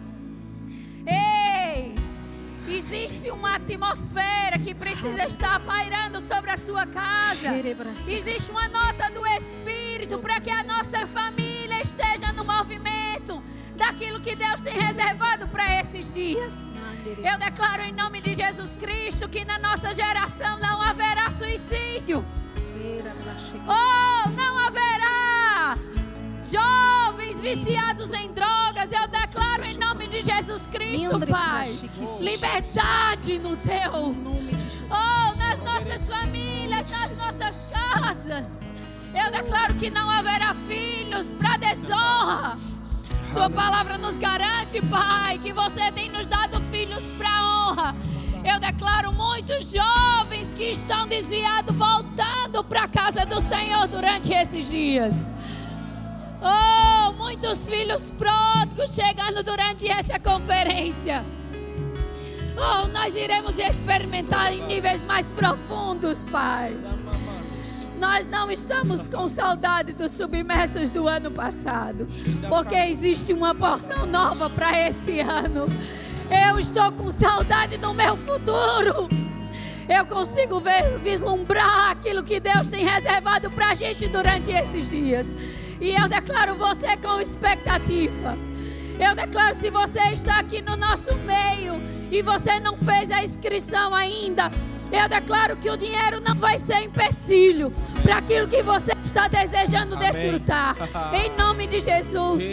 Ei, existe uma atmosfera que precisa estar pairando sobre a sua casa. Existe uma nota do Espírito para que a nossa família esteja no movimento daquilo que Deus tem reservado para esses dias. Eu declaro em nome de Jesus Cristo que na nossa geração não haverá suicídio. Oh, não haverá jovens viciados em drogas. Eu declaro em nome de Jesus Cristo, Pai, liberdade no teu. Oh, nas nossas famílias, nas nossas casas. Eu declaro que não haverá filhos para desonra. Sua palavra nos garante, Pai, que você tem nos dado filhos para honra. Eu declaro muitos jovens que estão desviados voltando para a casa do Senhor durante esses dias. Oh, muitos filhos pródigos chegando durante essa conferência. Oh, nós iremos experimentar em níveis mais profundos, Pai. Nós não estamos com saudade dos submersos do ano passado, porque existe uma porção nova para esse ano. Eu estou com saudade do meu futuro. Eu consigo vislumbrar aquilo que Deus tem reservado para a gente durante esses dias. E eu declaro você com expectativa. Eu declaro, se você está aqui no nosso meio e você não fez a inscrição ainda, eu declaro que o dinheiro não vai ser empecilho para aquilo que você está desejando desfrutar. Em nome de Jesus.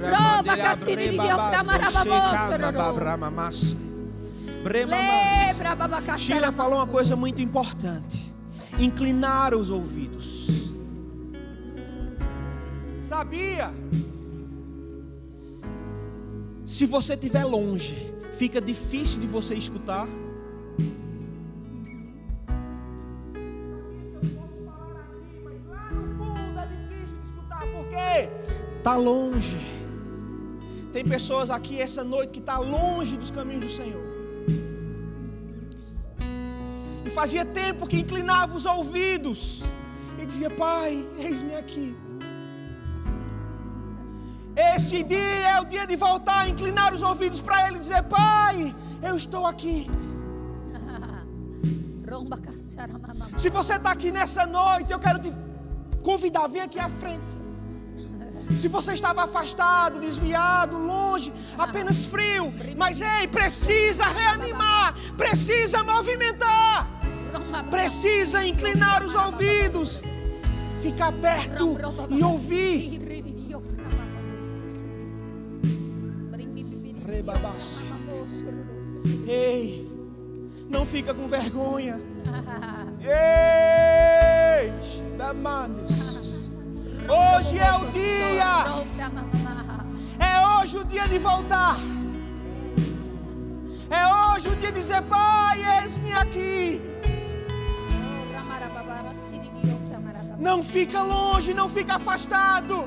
Sheila falou uma coisa muito importante: inclinar os ouvidos. Sabia? Se você estiver longe, fica difícil de você escutar. Está longe. Tem pessoas aqui essa noite que está longe dos caminhos do Senhor. E fazia tempo que inclinava os ouvidos e dizia: Pai, eis-me aqui. Esse dia é o dia de voltar a inclinar os ouvidos para Ele e dizer: Pai, eu estou aqui. Se você está aqui nessa noite, eu quero te convidar, vem aqui à frente. Se você estava afastado, desviado, longe, apenas frio, mas ei, precisa reanimar, precisa movimentar, precisa inclinar os ouvidos, ficar perto e ouvir. Ei, não fica com vergonha. Ei, hoje é o dia. É hoje o dia de voltar. É hoje o dia de dizer: Pai, eis-me aqui. Não fica longe, não fica afastado.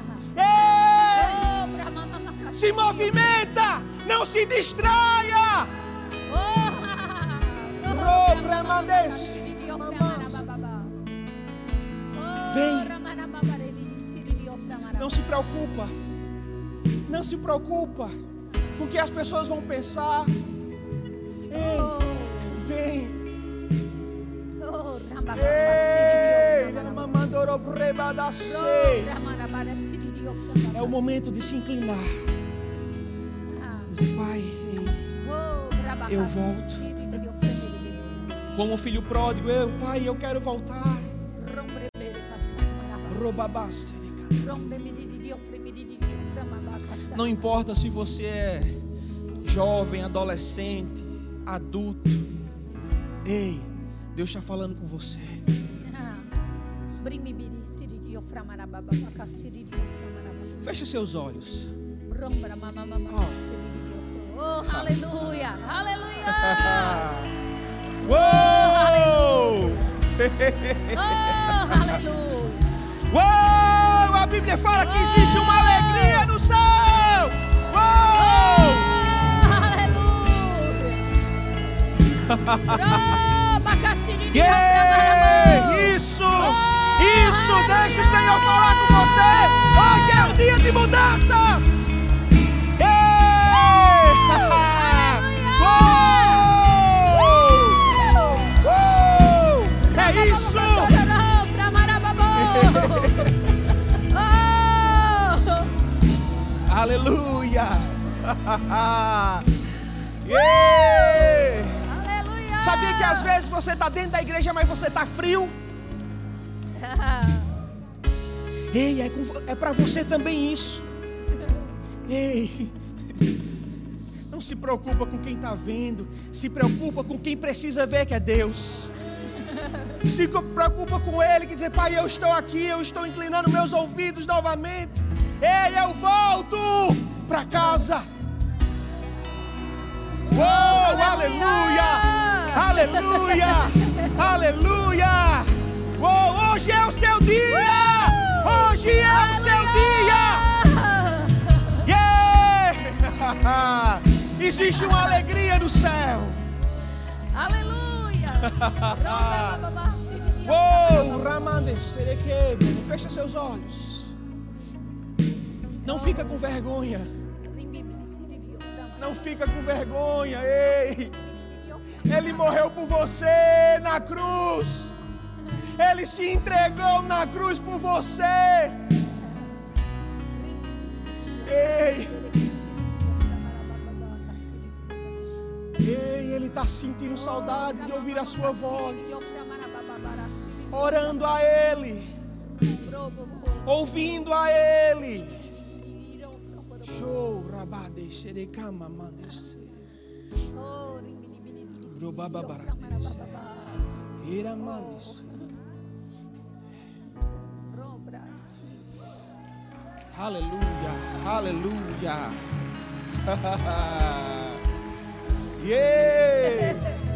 Ei, se movimenta, não se distraia. Vem. Não se preocupa. Não se preocupa com o que as pessoas vão pensar. Ei, vem. É o momento de se inclinar. Dizer: Pai, eu volto. Como o filho pródigo, Pai, eu quero voltar. Não importa se você é jovem, adolescente, adulto. Ei, Deus está falando com você. Feche seus olhos. Oh, aleluia, aleluia. Uou! Oh, aleluia. Uou! A Bíblia fala que existe uma alegria no céu. Uou! Isso! Isso! Deixa o Senhor falar com você. Hoje é o dia de mudanças. É isso! Aleluia! Aleluia! Sabia que às vezes você está dentro da igreja, mas você está frio? Ei, é para você também isso. Ei, não se preocupa com quem está vendo, se preocupa com quem precisa ver, que é Deus. Se preocupa com Ele, que diz: Pai, eu estou aqui, eu estou inclinando meus ouvidos novamente. Ei, eu volto para casa. Oh, aleluia, aleluia, aleluia. Oh, hoje é o seu dia. Hoje é o seu dia. Yeah. Existe uma alegria no céu. Aleluia. Oh, fecha seus olhos. Não fica com vergonha. Não fica com vergonha. Ei, Ele morreu por você na cruz. Ele se entregou na cruz por você. Ei, Ele está sentindo saudade de ouvir a sua voz, orando a Ele, ouvindo a Ele. Show, rabade, xerecama, mandes. Robababarades. Iramandes. Aleluia, aleluia. Yeah.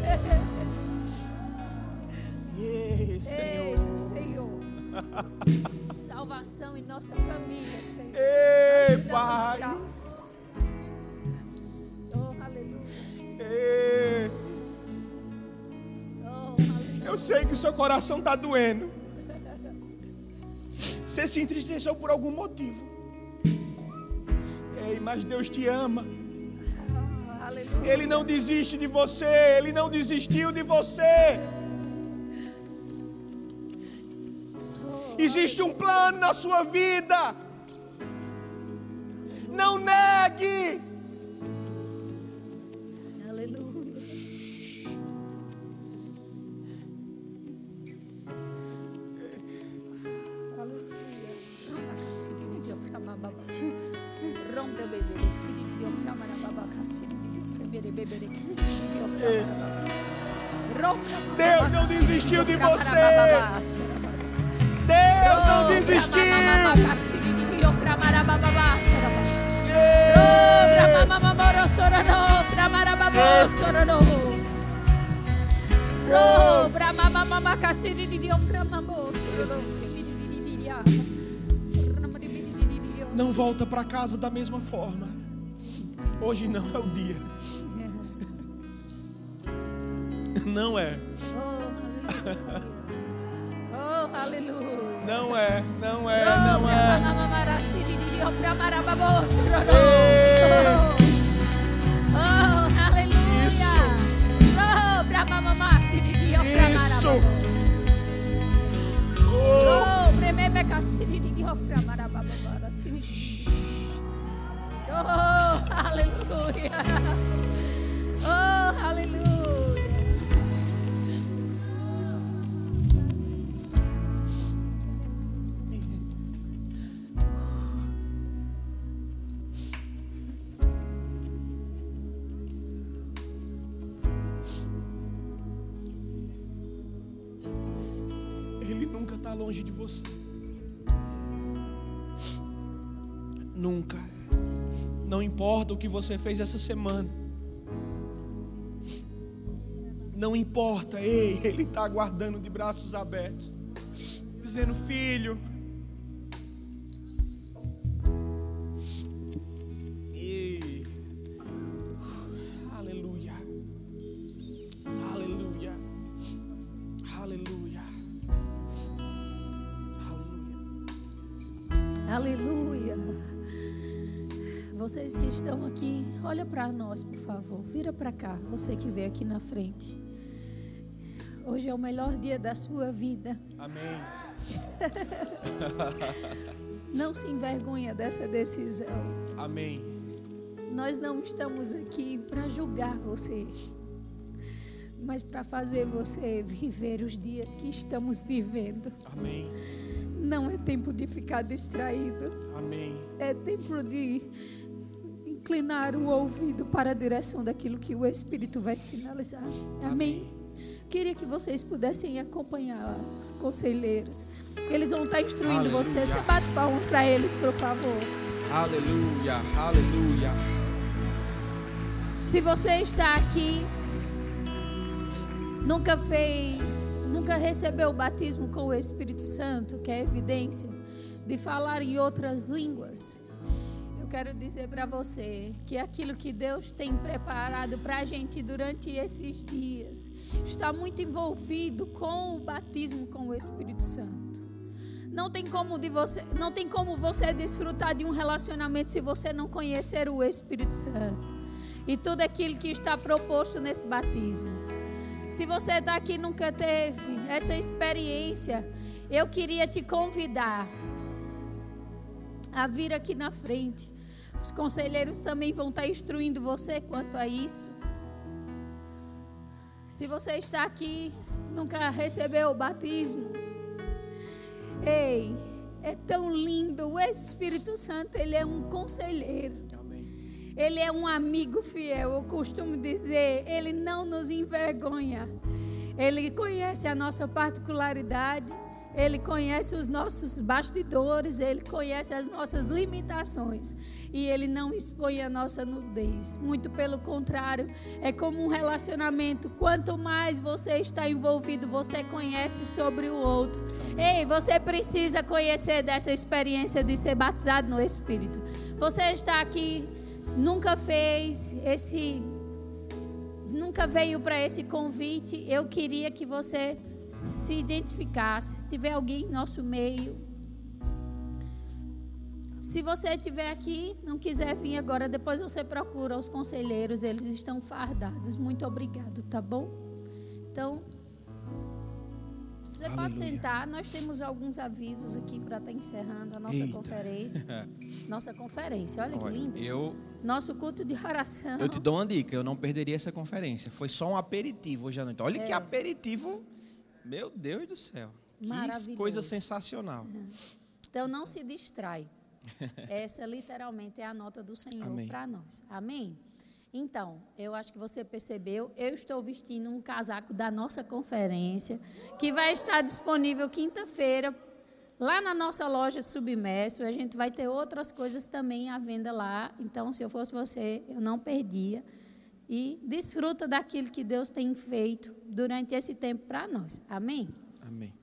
Yeah, Senhor. Senhor. Salvação em nossa família, Senhor. Ei, Pai. Graças. Oh, aleluia. Ei. Oh, aleluia. Eu sei que o seu coração está doendo. Você se entristeceu por algum motivo. Ei, mas Deus te ama. Oh, aleluia. Ele não desiste de você. Ele não desistiu de você. Existe um plano na sua vida. Não negue. Aleluia. Deus não desistiu de você. Deus não desistiu. Não volta para casa da mesma forma. Hoje não é o dia. Não é. Oh, aleluia. Não é, não é, não é. Oh, aleluia. Isso. Isso. Oh, aleluia. Oh, aleluia. está longe de você. Nunca. Não importa o que você fez essa semana. Não importa. Ei, Ele está aguardando de braços abertos, dizendo: filho, aleluia, aleluia, aleluia, aleluia, Aleluia. Vocês que estão aqui, olha para nós, por favor. Vira para cá, você que veio aqui na frente. Hoje é o melhor dia da sua vida. amém. Não se envergonha dessa decisão. Amém. Nós não estamos aqui para julgar você, mas para fazer você viver os dias que estamos vivendo. Amém. Não é tempo de ficar distraído. Amém. É tempo de inclinar o ouvido para a direção daquilo que o Espírito vai sinalizar. Amém? Queria que vocês pudessem acompanhar os conselheiros. Eles vão estar instruindo Aleluia. você. Você bate palma para eles, por favor. Aleluia, aleluia. Se você está aqui, nunca recebeu o batismo com o Espírito Santo, que é evidência de falar em outras línguas, eu quero dizer para você que aquilo que Deus tem preparado para a gente durante esses dias está muito envolvido com o batismo com o Espírito Santo. Não tem como você desfrutar de um relacionamento se você não conhecer o Espírito Santo e tudo aquilo que está proposto nesse batismo. Se você está aqui e nunca teve essa experiência, eu queria te convidar a vir aqui na frente. Os conselheiros também vão estar instruindo você quanto a isso. Se você está aqui e nunca recebeu o batismo, ei, é tão lindo. O Espírito Santo, Ele é um conselheiro. Ele é um amigo fiel. Eu costumo dizer, Ele não nos envergonha. Ele conhece a nossa particularidade. Ele conhece os nossos bastidores. Ele conhece as nossas limitações. E Ele não expõe a nossa nudez. Muito pelo contrário, é como um relacionamento. Quanto mais você está envolvido, você conhece sobre o outro. Ei, você precisa conhecer dessa experiência de ser batizado no Espírito. Você está aqui, nunca veio para esse convite. Eu queria que você se identificasse. Se tiver alguém em nosso meio, se você estiver aqui, não quiser vir agora, depois você procura os conselheiros, eles estão fardados. Muito obrigado, tá bom? Então, você pode sentar. Nós temos alguns avisos aqui para estar encerrando a nossa conferência. Nossa conferência, olha que lindo. Nosso culto de oração. Eu te dou uma dica, eu não perderia essa conferência. Foi só um aperitivo hoje à noite. Olha que aperitivo, meu Deus do céu. Que coisa sensacional. Então não se distrai. Essa literalmente é a nota do Senhor para nós. Amém? Então, eu acho que você percebeu, eu estou vestindo um casaco da nossa conferência, que vai estar disponível quinta-feira, lá na nossa loja Submerso. A gente vai ter outras coisas também à venda lá. Então, se eu fosse você, eu não perdia. E desfruta daquilo que Deus tem feito durante esse tempo para nós. Amém? Amém.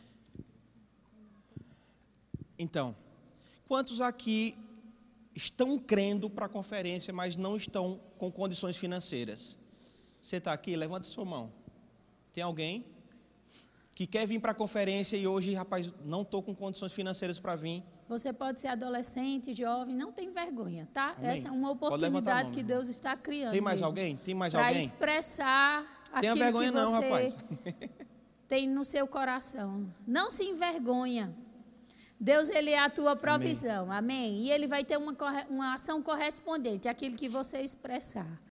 Então, quantos aqui estão crendo para a conferência, mas não estão com condições financeiras? Você está aqui? Levanta sua mão. Tem alguém que quer vir para a conferência e hoje, rapaz, não estou com condições financeiras para vir? Você pode ser adolescente, jovem, não tem vergonha, tá? Amém. Essa é uma oportunidade que Deus está criando. Tem mais alguém? Tem mais alguém? Para expressar aquilo vergonha que você não, rapaz. tem no seu coração. Não se envergonha. Deus, Ele é a tua provisão. Amém? E Ele vai ter uma ação correspondente àquilo que você expressar.